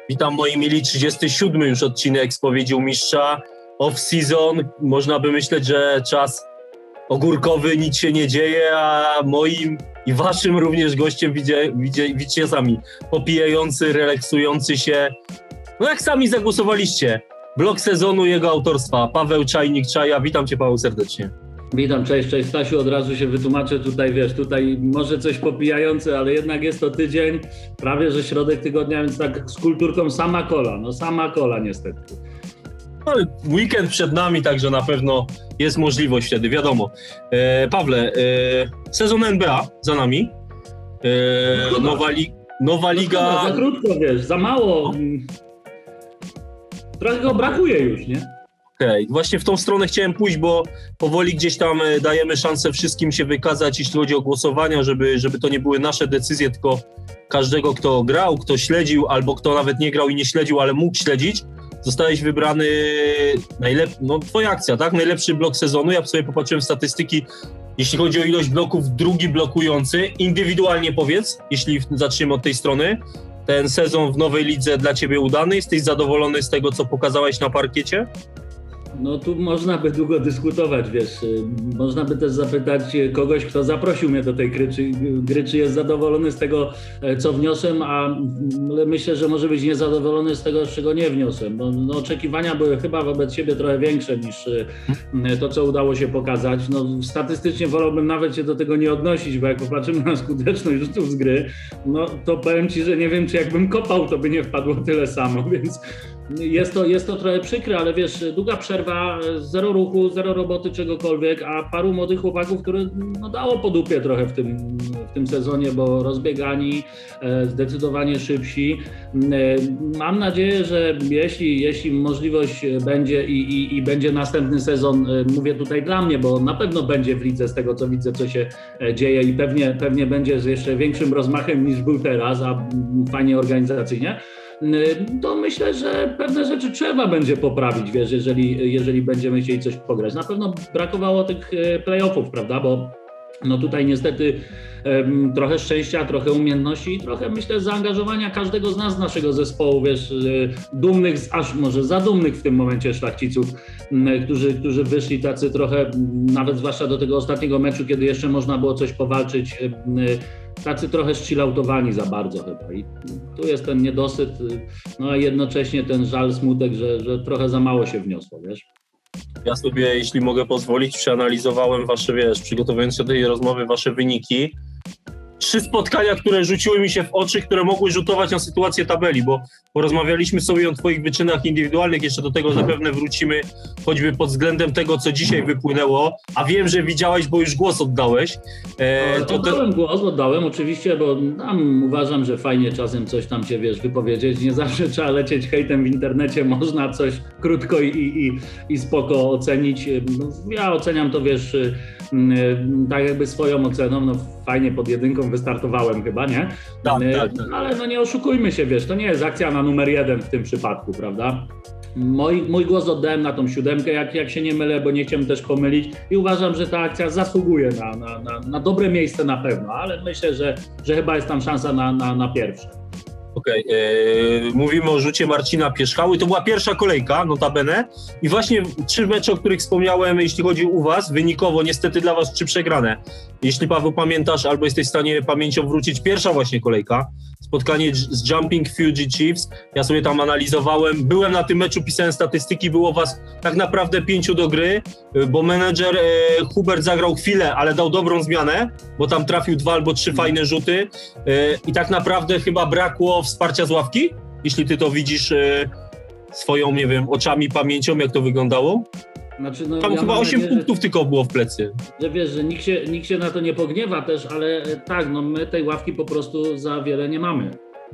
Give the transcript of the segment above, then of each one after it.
Witam moi mili, 37 już odcinek Spowiedzi u Mistrza. Off-season, można by myśleć, że czas ogórkowy, nic się nie dzieje, a moim i waszym również gościem widzicie sami. Popijający, relaksujący się, no jak sami zagłosowaliście. Blog sezonu jego autorstwa, Paweł Czajnik Czaja. Witam cię, Paweł, serdecznie. Witam, cześć Stasiu, od razu się wytłumaczę tutaj może coś popijające, ale jednak jest to tydzień, prawie że środek tygodnia, więc tak z kulturką sama kola niestety. Ale weekend przed nami, także na pewno jest możliwość wtedy, wiadomo. Pawle, sezon NBA za nami, nowa liga... Za krótko, za mało, trochę go brakuje już, nie? Okej, właśnie w tą stronę chciałem pójść, bo powoli gdzieś tam dajemy szansę wszystkim się wykazać, jeśli chodzi o głosowania, żeby to nie były nasze decyzje, tylko każdego, kto grał, kto śledził, albo kto nawet nie grał i nie śledził, ale mógł śledzić. Zostałeś wybrany twoja akcja, tak? Najlepszy blok sezonu. Ja sobie popatrzyłem w statystyki, jeśli chodzi o ilość bloków, drugi blokujący. Indywidualnie powiedz, jeśli zaczniemy od tej strony. Ten sezon w nowej lidze dla ciebie udany? Jesteś zadowolony z tego, co pokazałeś na parkiecie? No tu można by długo dyskutować, można by też zapytać kogoś, kto zaprosił mnie do tej gry, czy jest zadowolony z tego, co wniosłem, a myślę, że może być niezadowolony z tego, czego nie wniosłem, bo oczekiwania były chyba wobec siebie trochę większe niż to, co udało się pokazać. Statystycznie wolałbym nawet się do tego nie odnosić, bo jak popatrzymy na skuteczność rzutów z gry, to powiem ci, że nie wiem, czy jakbym kopał, to by nie wpadło tyle samo, więc jest to trochę przykre, ale długa przerwa, zero ruchu, zero roboty, czegokolwiek, a paru młodych chłopaków, które dało po dupie trochę w tym sezonie, bo rozbiegani, zdecydowanie szybsi. Mam nadzieję, że jeśli możliwość będzie i będzie następny sezon, mówię tutaj dla mnie, bo na pewno będzie w lidze z tego, co widzę, co się dzieje i pewnie będzie z jeszcze większym rozmachem niż był teraz, a fajnie organizacyjnie. To myślę, że pewne rzeczy trzeba będzie poprawić, jeżeli będziemy chcieli coś pograć. Na pewno brakowało tych play-offów, prawda, bo tutaj niestety trochę szczęścia, trochę umiejętności i trochę, myślę, zaangażowania każdego z nas, z naszego zespołu, dumnych, aż może za dumnych w tym momencie szlachciców, którzy wyszli tacy trochę, nawet zwłaszcza do tego ostatniego meczu, kiedy jeszcze można było coś powalczyć, tacy trochę zchilloutowani za bardzo chyba i tu jest ten niedosyt, a jednocześnie ten żal, smutek, że trochę za mało się wniosło, Ja sobie, jeśli mogę pozwolić, przeanalizowałem wasze, przygotowując się do tej rozmowy, wasze wyniki. 3 spotkania, które rzuciły mi się w oczy, które mogły rzutować na sytuację tabeli, bo porozmawialiśmy sobie o twoich wyczynach indywidualnych, jeszcze do tego zapewne wrócimy, choćby pod względem tego, co dzisiaj wypłynęło, a wiem, że widziałeś, bo już głos oddałeś. Oddałem oczywiście, bo uważam, że fajnie czasem coś tam się, wypowiedzieć, nie zawsze trzeba lecieć hejtem w internecie, można coś krótko i spoko ocenić. Ja oceniam to, tak jakby swoją oceną, fajnie pod jedynką wystartowałem chyba, nie? Tak. Ale nie oszukujmy się, to nie jest akcja na numer 1 w tym przypadku, prawda? Mój głos oddałem na tą 7, jak się nie mylę, bo nie chciałem też pomylić i uważam, że ta akcja zasługuje na dobre miejsce na pewno, ale myślę, że chyba jest tam szansa na pierwsze. Okej, mówimy o rzucie Marcina Pierzchały. To była pierwsza kolejka, notabene. I właśnie 3 mecze, o których wspomniałem, jeśli chodzi u was, wynikowo, niestety dla was 3 przegrane. Jeśli, Paweł, pamiętasz, albo jesteś w stanie pamięcią wrócić, pierwsza właśnie kolejka, spotkanie z Jumping Fuji Chiefs. Ja sobie tam analizowałem, byłem na tym meczu, pisałem statystyki, było was tak naprawdę 5 do gry, bo menedżer Hubert zagrał chwilę, ale dał dobrą zmianę, bo tam trafił 2 albo 3 fajne rzuty i tak naprawdę chyba brakło wsparcia z ławki, jeśli ty to widzisz swoją, oczami, pamięcią, jak to wyglądało. Tam chyba 8 punktów tylko było w plecy. Że nikt się na to nie pogniewa też, ale tak, my tej ławki po prostu za wiele nie mamy.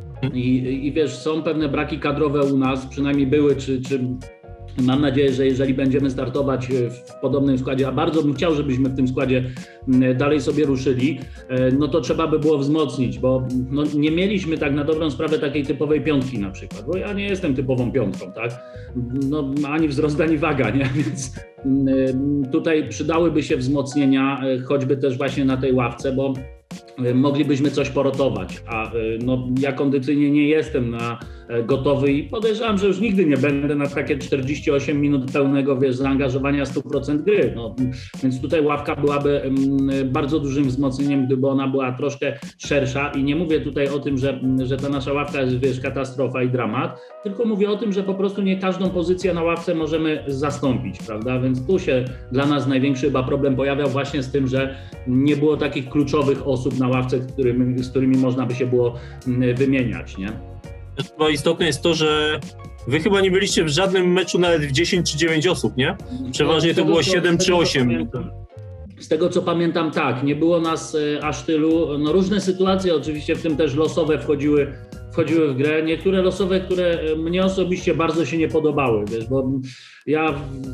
I są pewne braki kadrowe u nas, przynajmniej były, czy mam nadzieję, że jeżeli będziemy startować w podobnym składzie, a bardzo bym chciał, żebyśmy w tym składzie dalej sobie ruszyli, to trzeba by było wzmocnić, bo nie mieliśmy tak na dobrą sprawę takiej typowej piątki na przykład, bo ja nie jestem typową piątką, tak? Ani wzrost, ani waga, nie? Więc tutaj przydałyby się wzmocnienia, choćby też właśnie na tej ławce, bo moglibyśmy coś porotować, a ja kondycyjnie nie jestem gotowy i podejrzewam, że już nigdy nie będę na takie 48 minut pełnego, wiesz, zaangażowania 100% gry. No, więc tutaj ławka byłaby bardzo dużym wzmocnieniem, gdyby ona była troszkę szersza i nie mówię tutaj o tym, że ta nasza ławka jest, wiesz, katastrofa i dramat, tylko mówię o tym, że po prostu nie każdą pozycję na ławce możemy zastąpić, prawda? Więc tu się dla nas największy chyba problem pojawiał właśnie z tym, że nie było takich kluczowych osób na ławce, z którymi można by się było wymieniać, nie? Chyba istotne jest to, że wy chyba nie byliście w żadnym meczu nawet w 10 czy 9 osób, nie? Przeważnie to było 7 czy 8. Z tego co pamiętam, tak, nie było nas aż tylu. No różne sytuacje, oczywiście w tym też losowe wchodziły w grę. Niektóre losowe, które mnie osobiście bardzo się nie podobały, wiesz, bo ja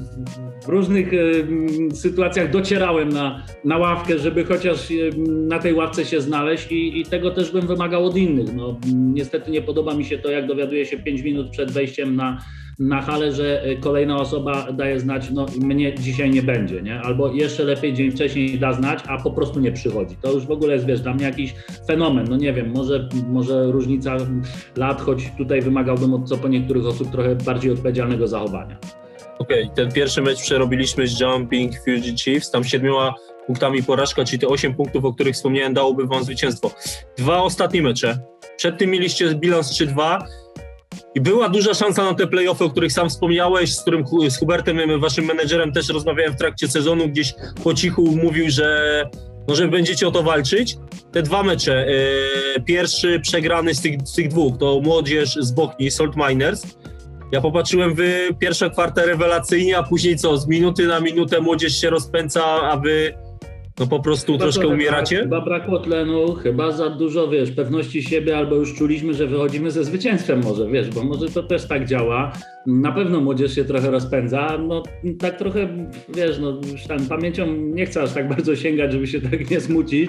w różnych sytuacjach docierałem na ławkę, żeby chociaż na tej ławce się znaleźć i tego też bym wymagał od innych. No, niestety nie podoba mi się to, jak dowiaduję się 5 minut przed wejściem na halę, że kolejna osoba daje znać, no mnie dzisiaj nie będzie, nie? Albo jeszcze lepiej dzień wcześniej da znać, a po prostu nie przychodzi. To już w ogóle jest, wiesz, dla mnie jakiś fenomen. No nie wiem, może różnica lat, choć tutaj wymagałbym od co po niektórych osób trochę bardziej odpowiedzialnego zachowania. Okej, ten pierwszy mecz przerobiliśmy z Jumping Fugitives, tam 7 punktami porażka, czyli te 8 punktów, o których wspomniałem, dałoby wam zwycięstwo. 2 ostatnie mecze. Przed tym mieliście bilans 3-2 i była duża szansa na te play-offy, o których sam wspomniałeś, z Hubertem, waszym menedżerem, też rozmawiałem w trakcie sezonu, gdzieś po cichu mówił, że będziecie o to walczyć. Te 2 mecze, pierwszy przegrany z tych dwóch, to młodzież z Bochni, Salt Miners. Ja popatrzyłem, pierwsza kwarta rewelacyjnie, a później co, z minuty na minutę młodzież się rozpędza, a wy no po prostu chyba troszkę umieracie? Chyba brakło tlenu, chyba za dużo, wiesz, pewności siebie, albo już czuliśmy, że wychodzimy ze zwycięstwem może, wiesz, bo może to też tak działa. Na pewno młodzież się trochę rozpędza, no tak trochę, wiesz, no już tam pamięcią nie chcę aż tak bardzo sięgać, żeby się tak nie smucić,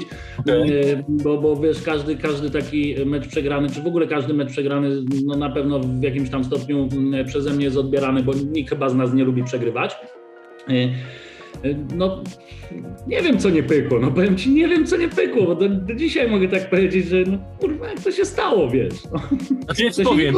bo wiesz, każdy taki mecz przegrany, czy w ogóle każdy mecz przegrany, no na pewno w jakimś tam stopniu przeze mnie jest odbierany, bo nikt chyba z nas nie lubi przegrywać. No, nie wiem, co nie pykło, no powiem ci, nie wiem, co nie pykło, bo do dzisiaj mogę tak powiedzieć, że no kurwa, jak to się stało, wiesz. No. Znaczy, ja ci powiem,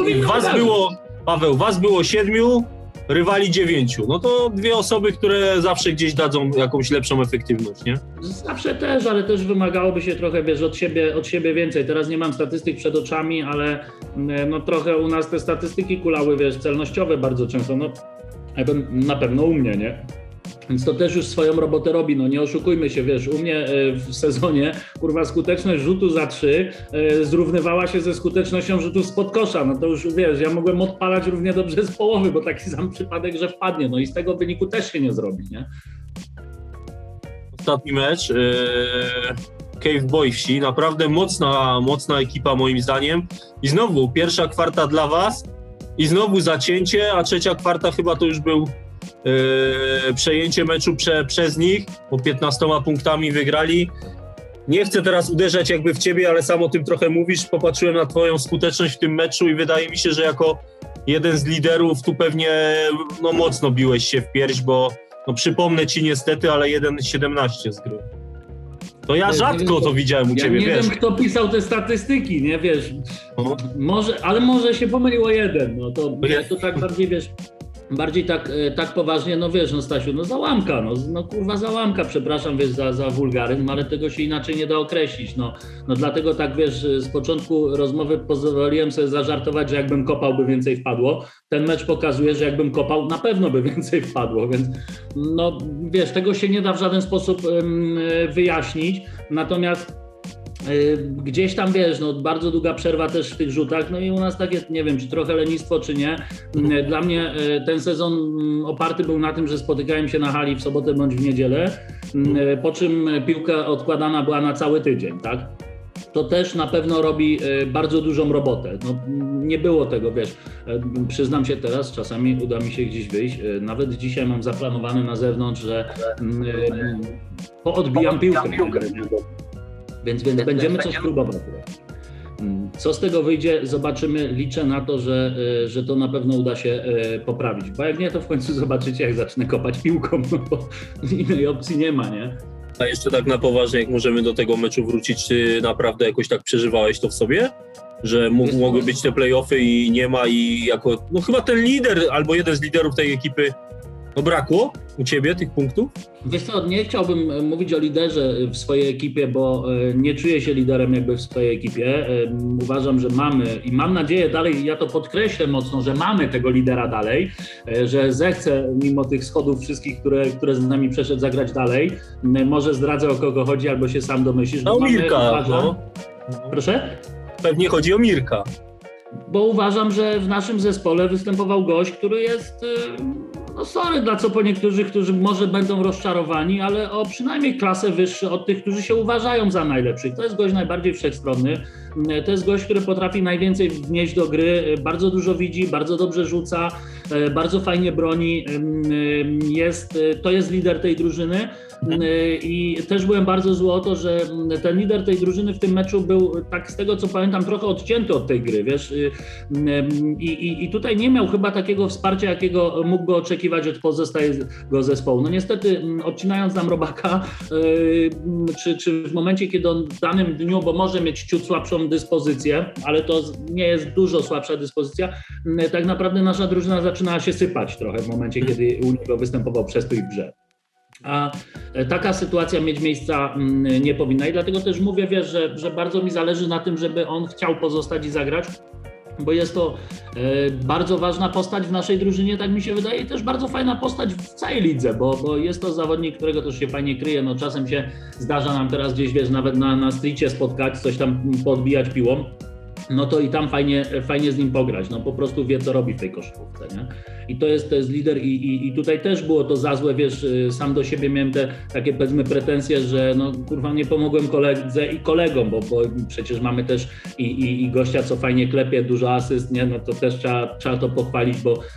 was było 7, rywali 9, no to 2 osoby, które zawsze gdzieś dadzą jakąś lepszą efektywność, nie? Zawsze też, ale też wymagałoby się trochę, wiesz, od siebie więcej. Teraz nie mam statystyk przed oczami, ale no trochę u nas te statystyki kulały, wiesz, celnościowe bardzo często, no na pewno u mnie, nie? Więc to też już swoją robotę robi, no nie oszukujmy się, wiesz, u mnie w sezonie, kurwa, skuteczność rzutu za 3 zrównywała się ze skutecznością rzutu spod kosza, no to już, wiesz, ja mogłem odpalać równie dobrze z połowy, bo taki sam przypadek, że wpadnie, no i z tego wyniku też się nie zrobi, nie? Ostatni mecz, Cave Boy Wsi, naprawdę mocna ekipa moim zdaniem i znowu pierwsza kwarta dla was i znowu zacięcie, a trzecia kwarta chyba to już był przejęcie meczu przez nich, bo 15 punktami wygrali. Nie chcę teraz uderzać jakby w ciebie, ale sam o tym trochę mówisz. Popatrzyłem na twoją skuteczność w tym meczu i wydaje mi się, że jako jeden z liderów tu pewnie no, mocno biłeś się w pierś, bo no, przypomnę ci niestety, ale 1,17 z gry. To ja rzadko to widziałem u ciebie, wiesz. Ja nie wiem, kto pisał te statystyki, nie, wiesz. Może się pomyliło jeden, no to tak bardziej, wiesz, bardziej tak poważnie, no wiesz, no Stasiu, no załamka, no kurwa załamka, przepraszam, wiesz, za wulgaryzm, ale tego się inaczej nie da określić, no dlatego tak, wiesz, z początku rozmowy pozwoliłem sobie zażartować, że jakbym kopał, by więcej wpadło. Ten mecz pokazuje, że jakbym kopał, na pewno by więcej wpadło, więc no wiesz, tego się nie da w żaden sposób wyjaśnić, natomiast gdzieś tam, wiesz, no bardzo długa przerwa też w tych rzutach, no i u nas takie, nie wiem, czy trochę lenistwo, czy nie. Dla mnie ten sezon oparty był na tym, że spotykałem się na hali w sobotę bądź w niedzielę, po czym piłka odkładana była na cały tydzień, tak? To też na pewno robi bardzo dużą robotę. No, nie było tego, wiesz, przyznam się teraz, czasami uda mi się gdzieś wyjść, nawet dzisiaj mam zaplanowane na zewnątrz, że poodbijam piłkę. Więc będziemy coś próbować. Co z tego wyjdzie, zobaczymy. Liczę na to, że to na pewno uda się poprawić. Bo jak nie, to w końcu zobaczycie, jak zacznę kopać piłką, no bo innej opcji nie ma, nie? A jeszcze tak na poważnie, jak możemy do tego meczu wrócić, czy naprawdę jakoś tak przeżywałeś to w sobie? Że mogły być te play-offy i nie ma i jako, no chyba ten lider albo jeden z liderów tej ekipy, no brakło u ciebie tych punktów? Wiesz co, nie chciałbym mówić o liderze w swojej ekipie, bo nie czuję się liderem jakby w swojej ekipie. Uważam, że mamy i mam nadzieję dalej, ja to podkreślę mocno, że mamy tego lidera dalej, że zechce mimo tych schodów wszystkich, które z nami przeszedł, zagrać dalej. Może zdradzę, o kogo chodzi, albo się sam domyślisz. No Mirka, no. Proszę? Pewnie chodzi o Mirka. Bo uważam, że w naszym zespole występował gość, który jest, no sorry dla co po niektórych, którzy może będą rozczarowani, ale o przynajmniej klasę wyższy od tych, którzy się uważają za najlepszych. To jest gość najbardziej wszechstronny. To jest gość, który potrafi najwięcej wnieść do gry, bardzo dużo widzi, bardzo dobrze rzuca, bardzo fajnie broni. To jest lider tej drużyny. I też byłem bardzo zły o to, że ten lider tej drużyny w tym meczu był, tak z tego co pamiętam, trochę odcięty od tej gry, wiesz, i tutaj nie miał chyba takiego wsparcia, jakiego mógłby oczekiwać od pozostałego zespołu. No niestety, odcinając nam Robaka, czy w momencie, kiedy on w danym dniu, bo może mieć ciut słabszą dyspozycję, ale to nie jest dużo słabsza dyspozycja, tak naprawdę nasza drużyna zaczynała się sypać trochę w momencie, kiedy u niego występował przestój w grze. A taka sytuacja mieć miejsca nie powinna i dlatego też mówię, wiesz, że bardzo mi zależy na tym, żeby on chciał pozostać i zagrać, bo jest to bardzo ważna postać w naszej drużynie, tak mi się wydaje, i też bardzo fajna postać w całej lidze, bo jest to zawodnik, którego też się fajnie kryje, no czasem się zdarza nam teraz gdzieś, wiesz, nawet na streetie spotkać, coś tam podbijać piłą. No to i tam fajnie z nim pograć, no po prostu wie, co robi w tej koszykówce, nie? I to jest lider i tutaj też było to za złe, wiesz, sam do siebie miałem te takie, powiedzmy, pretensje, że no kurwa nie pomogłem koledze i kolegom, bo przecież mamy też i gościa, co fajnie klepie, dużo asyst, nie? No to też trzeba to pochwalić,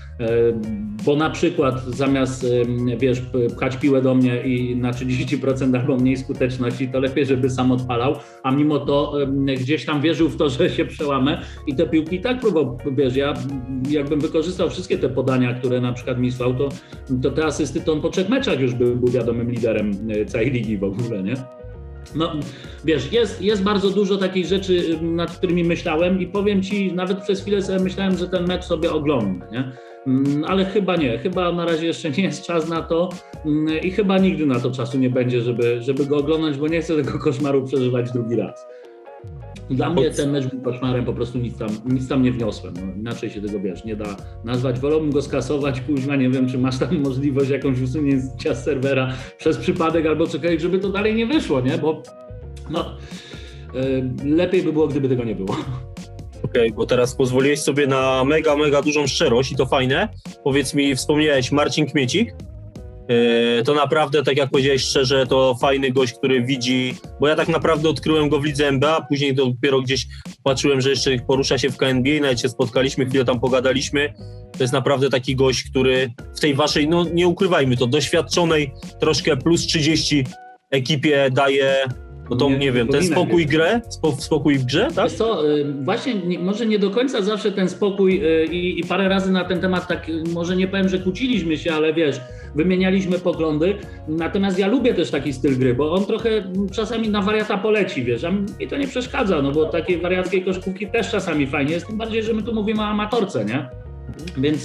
bo na przykład zamiast, wiesz, pchać piłę do mnie i na 30% albo mniej skuteczności, to lepiej, żeby sam odpalał, a mimo to gdzieś tam wierzył w to, że się przełamę i te piłki tak próbował, wiesz, ja jakbym wykorzystał wszystkie te podania, które na przykład mi słał, to te asysty to on po 3 meczach już był wiadomym liderem całej ligi w ogóle, nie? No wiesz, jest bardzo dużo takich rzeczy, nad którymi myślałem i powiem Ci, nawet przez chwilę sobie myślałem, że ten mecz sobie oglądam, nie? Ale chyba nie, chyba na razie jeszcze nie jest czas na to i chyba nigdy na to czasu nie będzie, żeby go oglądać, bo nie chcę tego koszmaru przeżywać drugi raz. Dla mnie ten mecz był koszmarem, po prostu nic tam nie wniosłem, no, inaczej się tego, wiesz, nie da nazwać. Wolałbym go skasować, kuźma, nie wiem, czy masz tam możliwość jakąś usunięcia z serwera przez przypadek albo cokolwiek, żeby to dalej nie wyszło, nie, bo no, lepiej by było, gdyby tego nie było. Okej, bo teraz pozwoliłeś sobie na mega dużą szczerość i to fajne. Powiedz mi, wspomniałeś Marcin Kmiecik. To naprawdę, tak jak powiedziałeś szczerze, to fajny gość, który widzi, bo ja tak naprawdę odkryłem go w lidze NBA, później dopiero gdzieś patrzyłem, że jeszcze porusza się w KNBA, nawet się spotkaliśmy, chwilę tam pogadaliśmy. To jest naprawdę taki gość, który w tej waszej, no nie ukrywajmy to, doświadczonej troszkę plus 30 ekipie daje, no to nie wiem, ten spokój spokój w grze, tak? Wiesz co, właśnie może nie do końca zawsze ten spokój i parę razy na ten temat tak, może nie powiem, że kłóciliśmy się, ale wiesz, wymienialiśmy poglądy, natomiast ja lubię też taki styl gry, bo on trochę czasami na wariata poleci, wiesz, a mi to nie przeszkadza, no bo takiej wariackiej koszykówki też czasami fajnie jest, tym bardziej, że my tu mówimy o amatorce, nie? Więc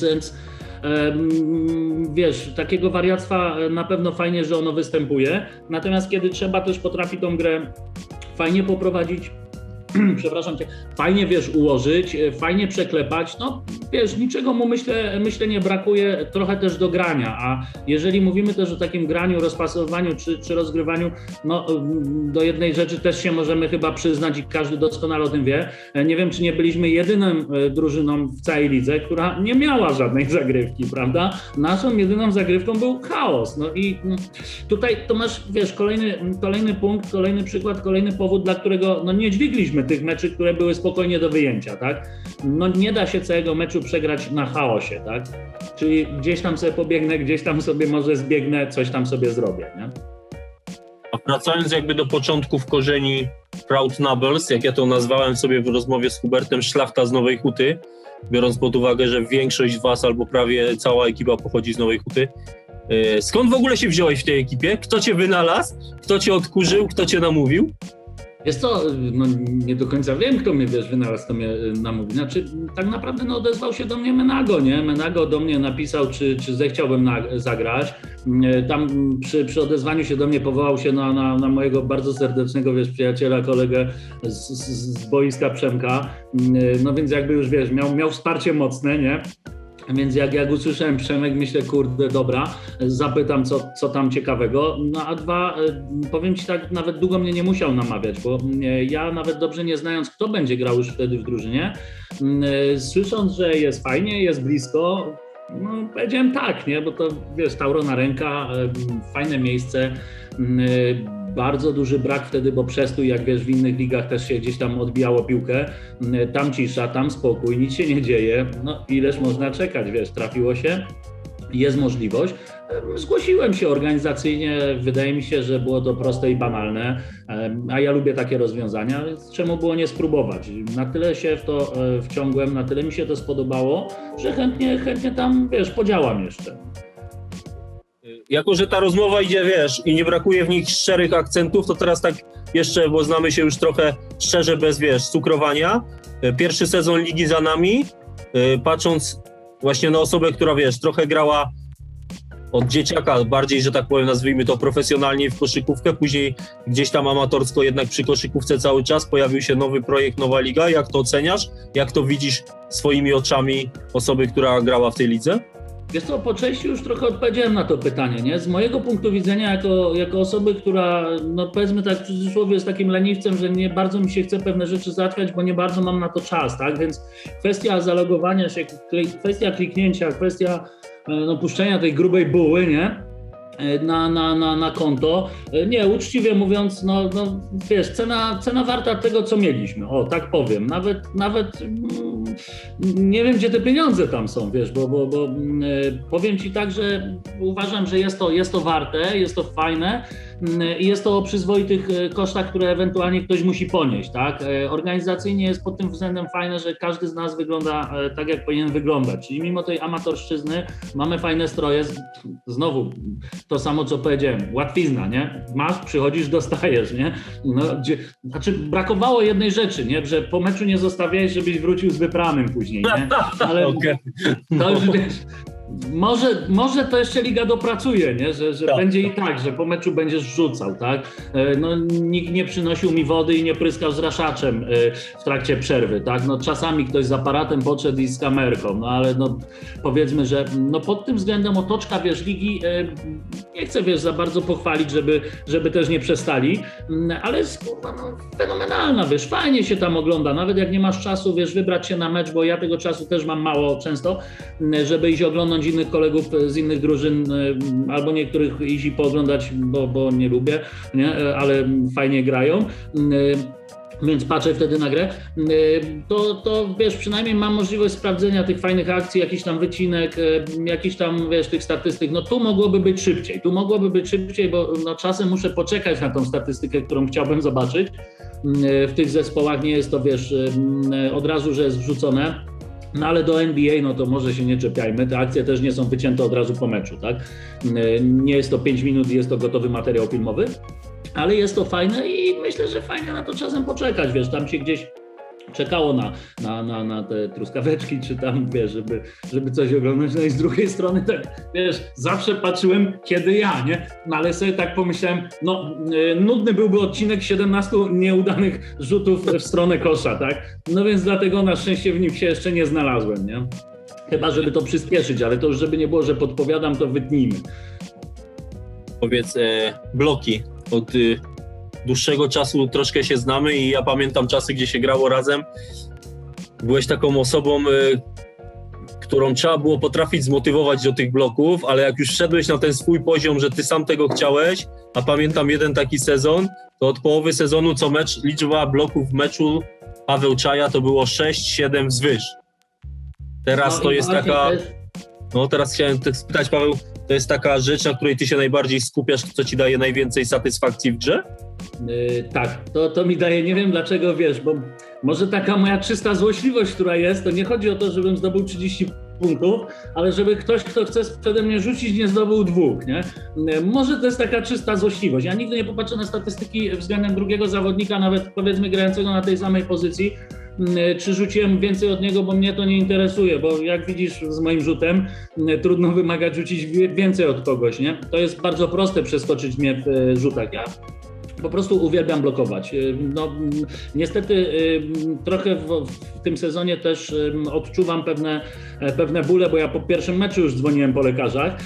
wiesz, takiego wariactwa na pewno fajnie, że ono występuje, natomiast kiedy trzeba, też potrafi tą grę fajnie poprowadzić, przepraszam cię, fajnie, wiesz, ułożyć, fajnie przeklepać, no wiesz, niczego mu myślę nie brakuje, trochę też do grania, a jeżeli mówimy też o takim graniu, rozpasowaniu czy rozgrywaniu, no do jednej rzeczy też się możemy chyba przyznać i każdy doskonale o tym wie, nie wiem, czy nie byliśmy jedyną drużyną w całej lidze, która nie miała żadnej zagrywki, prawda? Naszą jedyną zagrywką był chaos, no i tutaj to masz, wiesz, kolejny punkt, kolejny przykład, kolejny powód, dla którego no nie dźwigliśmy tych meczy, które były spokojnie do wyjęcia, tak? No nie da się całego meczu przegrać na chaosie, tak? Czyli gdzieś tam sobie pobiegnę, gdzieś tam sobie może zbiegnę, coś tam sobie zrobię, nie? A wracając jakby do początków korzeni Proud Nobles, jak ja to nazwałem sobie w rozmowie z Hubertem, szlachta z Nowej Huty, biorąc pod uwagę, że większość z was albo prawie cała ekipa pochodzi z Nowej Huty, Skąd w ogóle się wziąłeś w tej ekipie? Kto cię wynalazł? Kto cię odkurzył? Kto cię namówił? Jest to, no nie do końca wiem, kto mnie, wynalazł, kto mnie namówił. Znaczy, tak naprawdę odezwał się do mnie Menago, nie? Menago do mnie napisał, czy zechciałbym zagrać. Tam przy odezwaniu się do mnie powołał się na mojego bardzo serdecznego, przyjaciela, kolegę z boiska Przemka. No więc jakby już, miał wsparcie mocne, nie? Więc jak usłyszałem Przemek, myślę, kurde, dobra, zapytam, co tam ciekawego. No a dwa, powiem ci tak, nawet długo mnie nie musiał namawiać, bo ja nawet dobrze nie znając, kto będzie grał już wtedy w drużynie, słysząc, że jest fajnie, jest blisko, no powiedziałem tak, nie, bo to Taurona Ręka, fajne miejsce, bardzo duży brak wtedy, bo przestój, jak w innych ligach też się gdzieś tam odbijało piłkę, tam cisza, tam spokój, nic się nie dzieje, no ileż można czekać, trafiło się, jest możliwość. Zgłosiłem się organizacyjnie, wydaje mi się, że było to proste i banalne, a ja lubię takie rozwiązania, więc czemu było nie spróbować? Na tyle się w to wciągłem, na tyle mi się to spodobało, że chętnie tam, podziałam jeszcze. Jako że ta rozmowa idzie, i nie brakuje w nich szczerych akcentów, to teraz tak jeszcze, bo znamy się już trochę szczerze, bez, cukrowania. Pierwszy sezon ligi za nami, patrząc właśnie na osobę, która, trochę grała od dzieciaka, bardziej, że tak powiem, nazwijmy to profesjonalnie w koszykówkę, później gdzieś tam amatorsko jednak przy koszykówce cały czas, pojawił się nowy projekt, nowa liga. Jak to oceniasz? Jak to widzisz swoimi oczami osoby, która grała w tej lidze? Wiesz co, po części już trochę odpowiedziałem na to pytanie, nie? Z mojego punktu widzenia jako osoby, która, no powiedzmy tak w cudzysłowie, jest takim leniwcem, że nie bardzo mi się chce pewne rzeczy załatwiać, bo nie bardzo mam na to czas, tak? Więc kwestia zalogowania się, kwestia kliknięcia, kwestia puszczenia tej grubej buły, nie? Na konto. Nie, uczciwie mówiąc, cena warta tego, co mieliśmy. O, tak powiem. Nawet nie wiem, gdzie te pieniądze tam są, bo powiem ci tak, że uważam, że jest to warte, jest to fajne i jest to o przyzwoitych kosztach, które ewentualnie ktoś musi ponieść, tak? Organizacyjnie jest pod tym względem fajne, że każdy z nas wygląda tak, jak powinien wyglądać. Czyli mimo tej amatorszczyzny mamy fajne stroje. Znowu to samo, co powiedziałem, łatwizna, nie? Masz, przychodzisz, dostajesz, nie? Znaczy brakowało jednej rzeczy, nie? Że po meczu nie zostawiałeś, żebyś wrócił z wypranym później, nie? Ale to już, może to jeszcze liga dopracuje, nie? Że będzie i tak, że po meczu będziesz rzucał, tak? Nikt nie przynosił mi wody i nie pryskał zraszaczem w trakcie przerwy, tak? Czasami ktoś z aparatem podszedł i z kamerką, ale powiedzmy, że pod tym względem otoczka, ligi nie chcę, za bardzo pochwalić, żeby też nie przestali, ale jest fenomenalna, fajnie się tam ogląda, nawet jak nie masz czasu, wybrać się na mecz, bo ja tego czasu też mam mało często, żeby iść oglądać innych kolegów z innych drużyn, albo niektórych iść i pooglądać, bo nie lubię, nie? Ale fajnie grają. Więc patrzę wtedy na grę, to przynajmniej mam możliwość sprawdzenia tych fajnych akcji, jakiś tam wycinek, jakiś tam, tych statystyk. Tu mogłoby być szybciej, bo czasem muszę poczekać na tą statystykę, którą chciałbym zobaczyć. W tych zespołach nie jest to, od razu, że jest wrzucone. Ale do NBA, to może się nie czepiajmy, te akcje też nie są wycięte od razu po meczu, tak? Nie jest to 5 minut i jest to gotowy materiał filmowy, ale jest to fajne i myślę, że fajnie na to czasem poczekać, tam się gdzieś czekało na te truskaweczki, czy tam, żeby coś oglądać, i z drugiej strony tak, zawsze patrzyłem, kiedy ja, nie? Ale sobie tak pomyślałem, nudny byłby odcinek 17 nieudanych rzutów w stronę kosza, tak? Więc dlatego na szczęście w nim się jeszcze nie znalazłem, nie? Chyba, żeby to przyspieszyć, ale to już żeby nie było, że podpowiadam, to wytnijmy. Powiedz, bloki od dłuższego czasu troszkę się znamy i ja pamiętam czasy, gdzie się grało razem. Byłeś taką osobą, którą trzeba było potrafić zmotywować do tych bloków, ale jak już wszedłeś na ten swój poziom, że ty sam tego chciałeś, a pamiętam jeden taki sezon, to od połowy sezonu co mecz, liczba bloków w meczu Paweł Czaja to było 6-7 wzwyż. Teraz to jest taka... teraz chciałem spytać, Paweł, to jest taka rzecz, na której ty się najbardziej skupiasz, co ci daje najwięcej satysfakcji w grze? Tak, to mi daje, nie wiem dlaczego, bo może taka moja czysta złośliwość, która jest, to nie chodzi o to, żebym zdobył 30 punktów, ale żeby ktoś, kto chce przede mnie rzucić, nie zdobył 2, nie? Może to jest taka czysta złośliwość. Ja nigdy nie popatrzę na statystyki względem drugiego zawodnika, nawet powiedzmy grającego na tej samej pozycji, czy rzuciłem więcej od niego, bo mnie to nie interesuje, bo jak widzisz z moim rzutem, trudno wymagać rzucić więcej od kogoś, nie? To jest bardzo proste przeskoczyć mnie w rzutach. Ja po prostu uwielbiam blokować. No, niestety trochę w tym sezonie też odczuwam pewne bóle, bo ja po pierwszym meczu już dzwoniłem po lekarzach.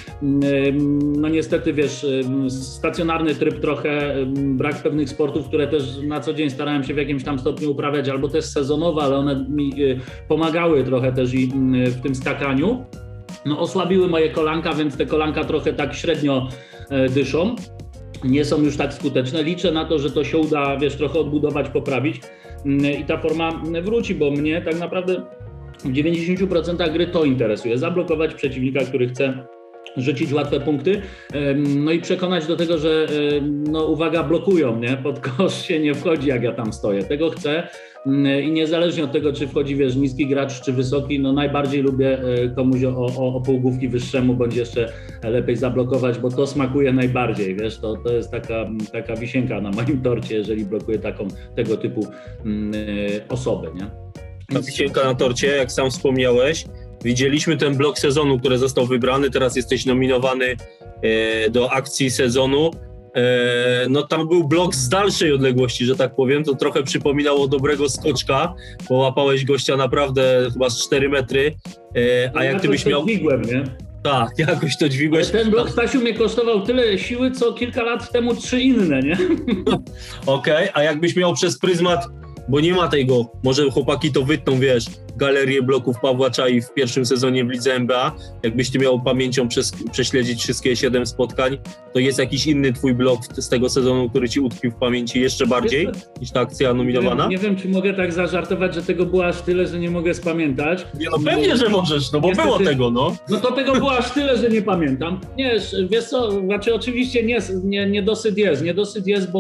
No niestety, wiesz, stacjonarny tryb trochę, brak pewnych sportów, które też na co dzień starałem się w jakimś tam stopniu uprawiać, albo też sezonowe, ale one mi pomagały trochę też i w tym skakaniu. No osłabiły moje kolanka, więc te kolanka trochę tak średnio dyszą. Nie są już tak skuteczne. Liczę na to, że to się uda, wiesz, trochę odbudować, poprawić i ta forma wróci, bo mnie tak naprawdę w 90% gry to interesuje. Zablokować przeciwnika, który chce rzucić łatwe punkty, no i przekonać do tego, że no uwaga, blokują, nie? Pod kosz się nie wchodzi, jak ja tam stoję. Tego chcę i niezależnie od tego, czy wchodzi, wiesz, niski gracz, czy wysoki, no najbardziej lubię komuś o półgłówki wyższemu, bądź jeszcze lepiej zablokować, bo to smakuje najbardziej, wiesz, to jest taka wisienka na moim torcie, jeżeli blokuję tego typu osoby, nie? Ta wisienka na torcie, jak sam wspomniałeś, widzieliśmy ten blok sezonu, który został wybrany, teraz jesteś nominowany do akcji sezonu. No tam był blok z dalszej odległości, że tak powiem, to trochę przypominało dobrego skoczka, bo łapałeś gościa naprawdę chyba z 4 metry, a jak ty byś miał... Dźwigłem, nie? Tak, jakoś to dźwigłeś. Ale ten blok, Stasiu, mnie kosztował tyle siły, co kilka lat temu 3 inne, nie? Okej, a jakbyś miał przez pryzmat, bo nie ma tego, może chłopaki to wytną, wiesz, galerię bloków Pawła Czai w pierwszym sezonie w lidze NBA, jakbyś ty miał pamięcią prześledzić wszystkie 7 spotkań, to jest jakiś inny twój blok z tego sezonu, który ci utkwił w pamięci jeszcze bardziej niż ta akcja nominowana? Nie wiem, czy mogę tak zażartować, że tego było aż tyle, że nie mogę spamiętać. Nie, no pewnie, że możesz, no bo niestety, było tego, no. No to tego było aż tyle, że nie pamiętam. Nie, wiesz co, znaczy oczywiście niedosyt jest,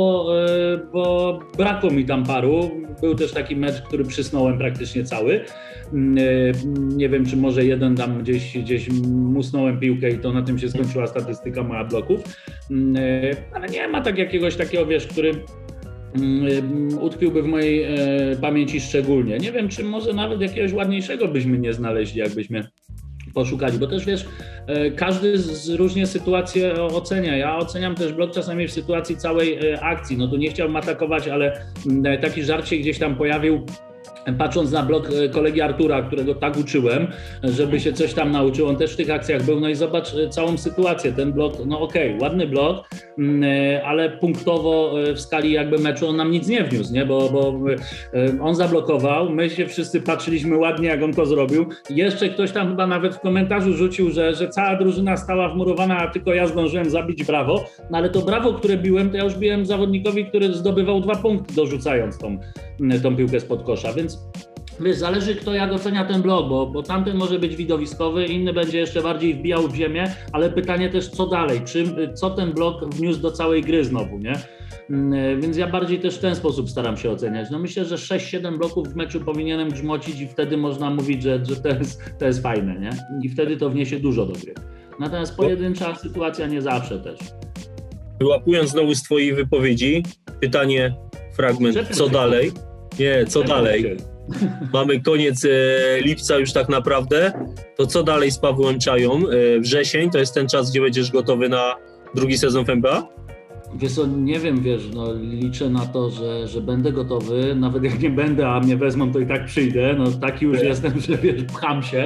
bo brakło mi tam paru. Był też taki mecz, który przysnąłem praktycznie cały. Nie wiem, czy może jeden tam gdzieś musnąłem piłkę i to na tym się skończyła statystyka moja bloków. Ale nie ma tak jakiegoś takiego, wiesz, który utkwiłby w mojej pamięci szczególnie. Nie wiem, czy może nawet jakiegoś ładniejszego byśmy nie znaleźli, jakbyśmy poszukali, bo też wiesz, każdy różnie sytuację ocenia. Ja oceniam też blok czasami w sytuacji całej akcji. No tu nie chciałbym atakować, ale taki żart się gdzieś tam pojawił, patrząc na blok kolegi Artura, którego tak uczyłem, żeby się coś tam nauczył, on też w tych akcjach był, no i zobacz całą sytuację, ten blok, no okej, ładny blok, ale punktowo w skali jakby meczu on nam nic nie wniósł, nie? Bo on zablokował, my się wszyscy patrzyliśmy ładnie, jak on to zrobił, jeszcze ktoś tam chyba nawet w komentarzu rzucił, że cała drużyna stała wmurowana, a tylko ja zdążyłem zabić brawo, no ale to brawo, które biłem, to ja już biłem zawodnikowi, który zdobywał 2 punkty dorzucając tą piłkę spod kosza, więc wiesz, zależy kto jak ocenia ten blok, bo tamten może być widowiskowy, inny będzie jeszcze bardziej wbijał w ziemię, ale pytanie też co dalej, co ten blok wniósł do całej gry znowu, nie? Więc ja bardziej też w ten sposób staram się oceniać. No myślę, że 6-7 bloków w meczu powinienem grzmocić i wtedy można mówić, że to jest fajne, nie? I wtedy to wniesie dużo do gry. Natomiast pojedyncza sytuacja nie zawsze też. Wyłapując znowu z twojej wypowiedzi, pytanie, fragment, co dalej? Nie, co dalej? Mamy koniec lipca już tak naprawdę. To co dalej z Pawłem Czają? Wrzesień to jest ten czas, gdzie będziesz gotowy na drugi sezon w NBA? Wiesz co, nie wiem, wiesz, no liczę na to, że będę gotowy, nawet jak nie będę, a mnie wezmą, to i tak przyjdę, no taki już jestem, że wiesz, pcham się.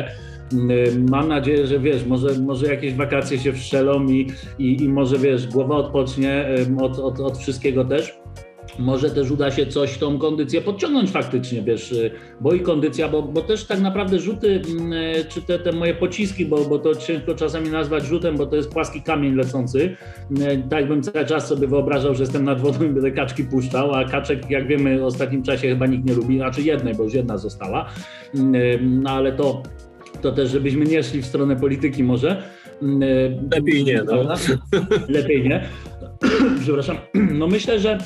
Mam nadzieję, że wiesz, może jakieś wakacje się wszczelą i może wiesz, głowa odpocznie od wszystkiego też. Może też uda się coś tą kondycję podciągnąć faktycznie, wiesz, bo i kondycja, bo też tak naprawdę rzuty, czy te moje pociski, bo to ciężko czasami nazwać rzutem, bo to jest płaski kamień lecący. Tak bym cały czas sobie wyobrażał, że jestem nad wodą i będę kaczki puszczał, a kaczek, jak wiemy, w ostatnim czasie chyba nikt nie lubi, znaczy jednej, bo już jedna została, no ale to też, żebyśmy nie szli w stronę polityki może. Lepiej nie, no. Lepiej nie. Przepraszam. No myślę, że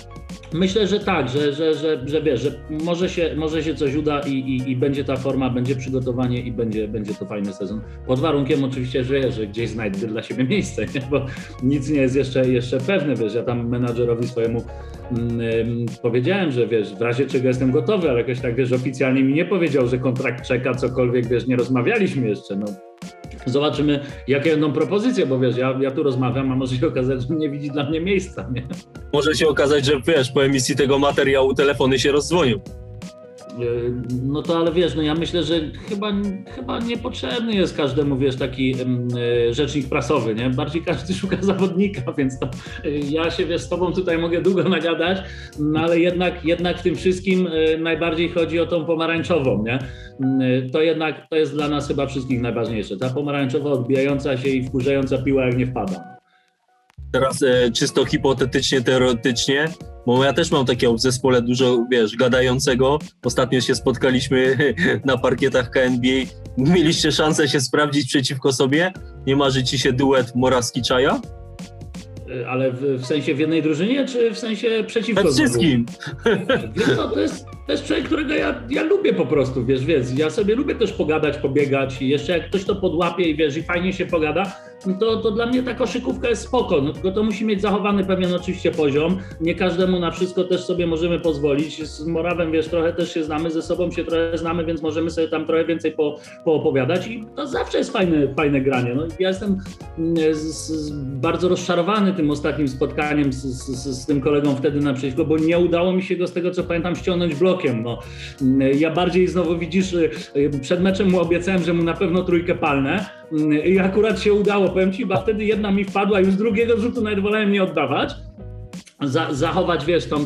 Myślę, że tak, że wiesz, że może się coś uda i będzie ta forma, będzie przygotowanie i będzie to fajny sezon. Pod warunkiem oczywiście, że gdzieś znajdę dla siebie miejsce, nie? Bo nic nie jest jeszcze pewne, wiesz, ja tam menadżerowi swojemu powiedziałem, że wiesz, w razie czego jestem gotowy, ale jakoś tak, wiesz, oficjalnie mi nie powiedział, że kontrakt czeka, cokolwiek, wiesz, nie rozmawialiśmy jeszcze, no. Zobaczymy, jakie będą propozycje, bo wiesz, ja tu rozmawiam, a może się okazać, że nie widzi dla mnie miejsca, nie? Może się okazać, że wiesz, po emisji tego materiału telefony się rozdzwonią. No to ale wiesz, no ja myślę, że chyba niepotrzebny jest każdemu, wiesz, taki rzecznik prasowy, nie? Bardziej każdy szuka zawodnika, więc to ja się, wiesz, z tobą tutaj mogę długo nagadać, no ale jednak w tym wszystkim najbardziej chodzi o tą pomarańczową, nie? To jest dla nas chyba wszystkich najważniejsze. Ta pomarańczowa odbijająca się i wkurzająca piła, jak nie wpada. Teraz czysto hipotetycznie, teoretycznie, bo ja też mam takiego w zespole dużo, wiesz, gadającego. Ostatnio się spotkaliśmy na parkietach KNBA. Mieliście szansę się sprawdzić przeciwko sobie? Nie marzy ci się duet Morawski-Czaja? Ale w sensie w jednej drużynie, czy w sensie przeciwko? We wszystkim. Wiesz co, to jest człowiek, którego ja lubię po prostu, wiesz, ja sobie lubię też pogadać, pobiegać i jeszcze jak ktoś to podłapie i wiesz, i fajnie się pogada, to dla mnie ta koszykówka jest spoko, no, tylko to musi mieć zachowany pewien oczywiście poziom, nie każdemu na wszystko też sobie możemy pozwolić, z Morawem, wiesz, trochę też się znamy, ze sobą się trochę znamy, więc możemy sobie tam trochę więcej poopowiadać i to zawsze jest fajne granie, no ja jestem bardzo rozczarowany tym ostatnim spotkaniem z tym kolegą wtedy naprzeciwko, bo nie udało mi się go z tego, co pamiętam, ściągnąć blokiem, no. Ja bardziej znowu widzisz, przed meczem mu obiecałem, że mu na pewno trójkę palnę i akurat się udało, powiem ci, bo wtedy jedna mi wpadła, już z drugiego rzutu nawet wolałem nie oddawać, zachować, wiesz, tą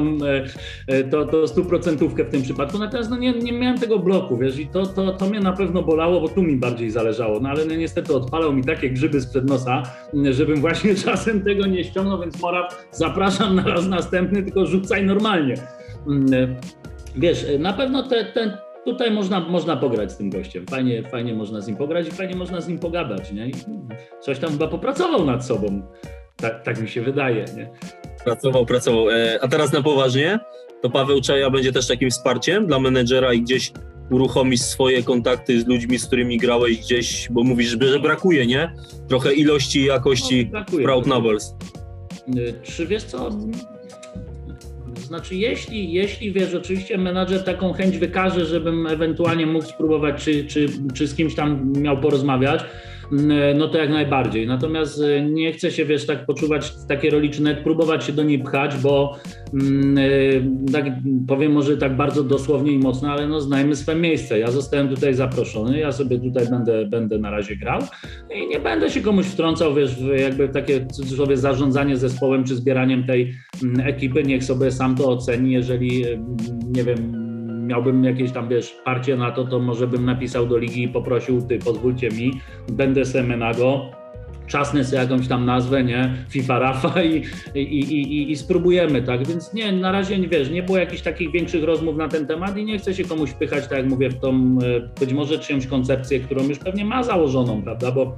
100% w tym przypadku, natomiast no nie miałem tego bloku, wiesz, i to mnie na pewno bolało, bo tu mi bardziej zależało, no ale no, niestety odpalał mi takie grzyby sprzed nosa, żebym właśnie czasem tego nie ściągnął, więc Moraw, zapraszam na raz następny, tylko rzucaj normalnie. Wiesz, na pewno tutaj można pograć z tym gościem, fajnie można z nim pograć i fajnie można z nim pogadać, nie? I coś tam chyba popracował nad sobą, tak mi się wydaje, nie? Pracował. A teraz na poważnie, to Paweł Czaja będzie też takim wsparciem dla menedżera i gdzieś uruchomisz swoje kontakty z ludźmi, z którymi grałeś gdzieś, bo mówisz, że brakuje, nie? Trochę ilości i jakości Proud Nobles. Czy wiesz co? Znaczy, jeśli wiesz, oczywiście menadżer taką chęć wykaże, żebym ewentualnie mógł spróbować, czy z kimś tam miał porozmawiać, no to jak najbardziej. Natomiast nie chcę się, wiesz, tak poczuwać w takiej roli, czy nawet próbować się do niej pchać, bo tak powiem może tak bardzo dosłownie i mocno, ale no znajmy swe miejsce. Ja zostałem tutaj zaproszony, ja sobie tutaj będę na razie grał i nie będę się komuś wtrącał, wiesz, jakby takie cudzysłowie zarządzanie zespołem, czy zbieraniem tej ekipy. Niech sobie sam to oceni, jeżeli, nie wiem, miałbym jakieś tam, wiesz, parcie na to może bym napisał do ligi i poprosił, pozwólcie mi, będę Semenago, czasnę sobie jakąś tam nazwę, nie, FIFA Rafa i spróbujemy, tak, więc nie, na razie, wiesz, nie było jakichś takich większych rozmów na ten temat i nie chcę się komuś wpychać, tak jak mówię, w tą, być może czyjąś koncepcję, którą już pewnie ma założoną, prawda, bo,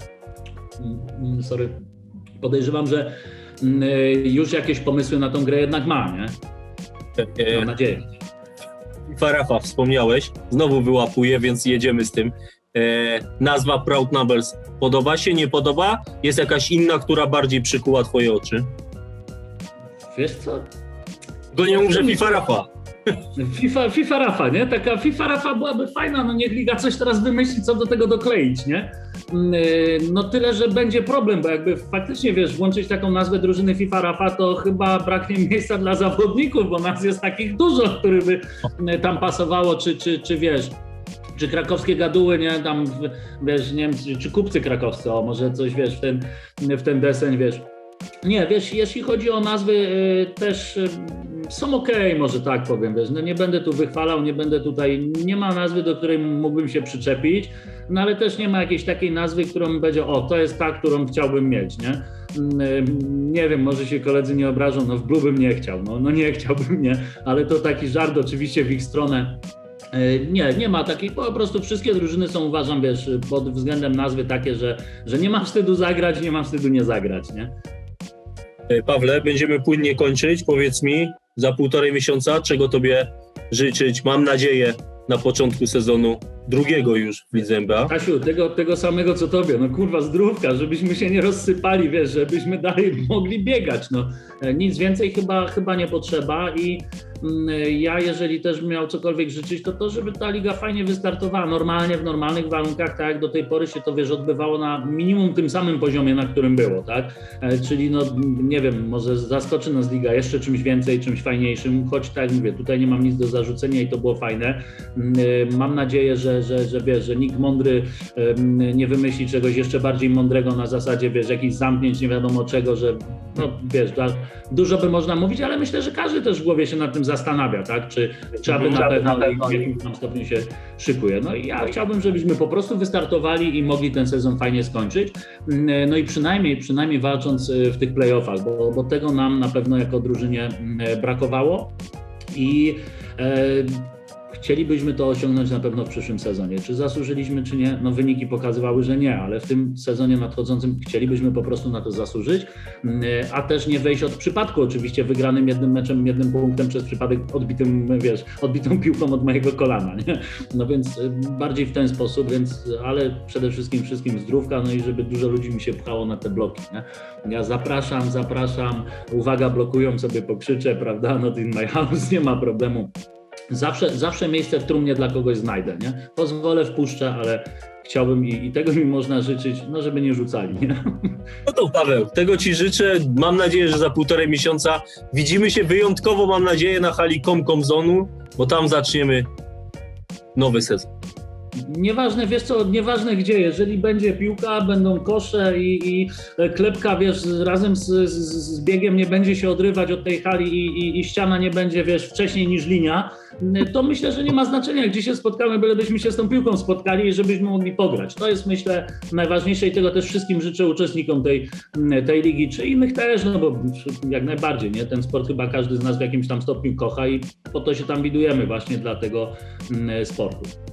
podejrzewam, że już jakieś pomysły na tą grę jednak ma, nie, mam nadzieję. FIFA Rafa wspomniałeś, znowu wyłapuję, więc jedziemy z tym. Nazwa Proud Nobles podoba się, nie podoba? Jest jakaś inna, która bardziej przykuła twoje oczy? Wiesz co? To nie mów, że FIFA Rafa. FIFA Rafa, nie? Taka FIFA Rafa byłaby fajna, no niech liga coś teraz wymyśli, co do tego dokleić, nie? No tyle, że będzie problem, bo jakby faktycznie, wiesz, włączyć taką nazwę drużyny FIFA Rafa, to chyba braknie miejsca dla zawodników, bo nas jest takich dużo, który by tam pasowało, czy wiesz, czy krakowskie gaduły, nie, tam, wiesz, nie wiem, czy kupcy krakowscy, o, może coś, wiesz, w ten deseń, wiesz. Nie, wiesz, jeśli chodzi o nazwy, też są okej, może tak powiem, wiesz, no nie będę tu wychwalał, nie ma nazwy, do której mógłbym się przyczepić, no ale też nie ma jakiejś takiej nazwy, którą będzie, to jest ta, którą chciałbym mieć, nie? Nie wiem, może się koledzy nie obrażą, no w Blue bym nie chciał, no nie chciałbym, nie, ale to taki żart oczywiście w ich stronę. Nie ma takiej, po prostu wszystkie drużyny są, uważam, wiesz, pod względem nazwy takie, że nie ma wstydu zagrać, nie ma wstydu nie zagrać, nie? Pawle, będziemy płynnie kończyć. Powiedz mi, za 1,5 miesiąca, czego tobie życzyć, mam nadzieję, na początku sezonu drugiego już w lidze NBA. Kasiu, tego samego co tobie, no kurwa zdrówka, żebyśmy się nie rozsypali, wiesz, żebyśmy dalej mogli biegać, no nic więcej chyba nie potrzeba i ja jeżeli też miał cokolwiek życzyć, to żeby ta liga fajnie wystartowała normalnie, w normalnych warunkach, tak jak do tej pory się to, wiesz, odbywało na minimum tym samym poziomie, na którym było, tak, czyli no nie wiem, może zaskoczy nas liga jeszcze czymś więcej, czymś fajniejszym, choć tak jak mówię, tutaj nie mam nic do zarzucenia i to było fajne. Mam nadzieję, że wiesz, że nikt mądry nie wymyśli czegoś jeszcze bardziej mądrego na zasadzie, wiesz, jakichś zamknięć nie wiadomo czego, że no wiesz, dużo by można mówić, ale myślę, że każdy też w głowie się nad tym zastanawia, tak, czy aby na pewno w jakimś tam stopniu się szykuje. No i ja chciałbym, żebyśmy po prostu wystartowali i mogli ten sezon fajnie skończyć, no i przynajmniej walcząc w tych playoffach, bo tego nam na pewno jako drużynie brakowało i chcielibyśmy to osiągnąć na pewno w przyszłym sezonie. Czy zasłużyliśmy, czy nie? No wyniki pokazywały, że nie, ale w tym sezonie nadchodzącym chcielibyśmy po prostu na to zasłużyć, a też nie wejść od przypadku, oczywiście wygranym jednym meczem, jednym punktem przez przypadek odbitą piłką od mojego kolana, nie? No więc bardziej w ten sposób, ale przede wszystkim zdrówka, no i żeby dużo ludzi mi się pchało na te bloki, nie? Ja zapraszam, uwaga, blokują, sobie pokrzyczę, prawda, not in my house, nie ma problemu. Zawsze miejsce w trumnie dla kogoś znajdę, nie? Pozwolę, wpuszczę, ale chciałbym i tego mi można życzyć, no żeby nie rzucali, nie? No to Paweł, tego ci życzę. Mam nadzieję, że za 1,5 miesiąca widzimy się wyjątkowo, mam nadzieję, na hali Comcom-Zonu, bo tam zaczniemy nowy sezon. Nieważne, wiesz co, nieważne gdzie, jeżeli będzie piłka, będą kosze i klepka, wiesz, razem z biegiem nie będzie się odrywać od tej hali i ściana nie będzie, wiesz, wcześniej niż linia, to myślę, że nie ma znaczenia, gdzie się spotkamy, bylebyśmy się z tą piłką spotkali i żebyśmy mogli pograć. To jest, myślę, najważniejsze i tego też wszystkim życzę uczestnikom tej ligi, czy innych też, no bo jak najbardziej, nie? Ten sport chyba każdy z nas w jakimś tam stopniu kocha i po to się tam widujemy właśnie dla tego sportu.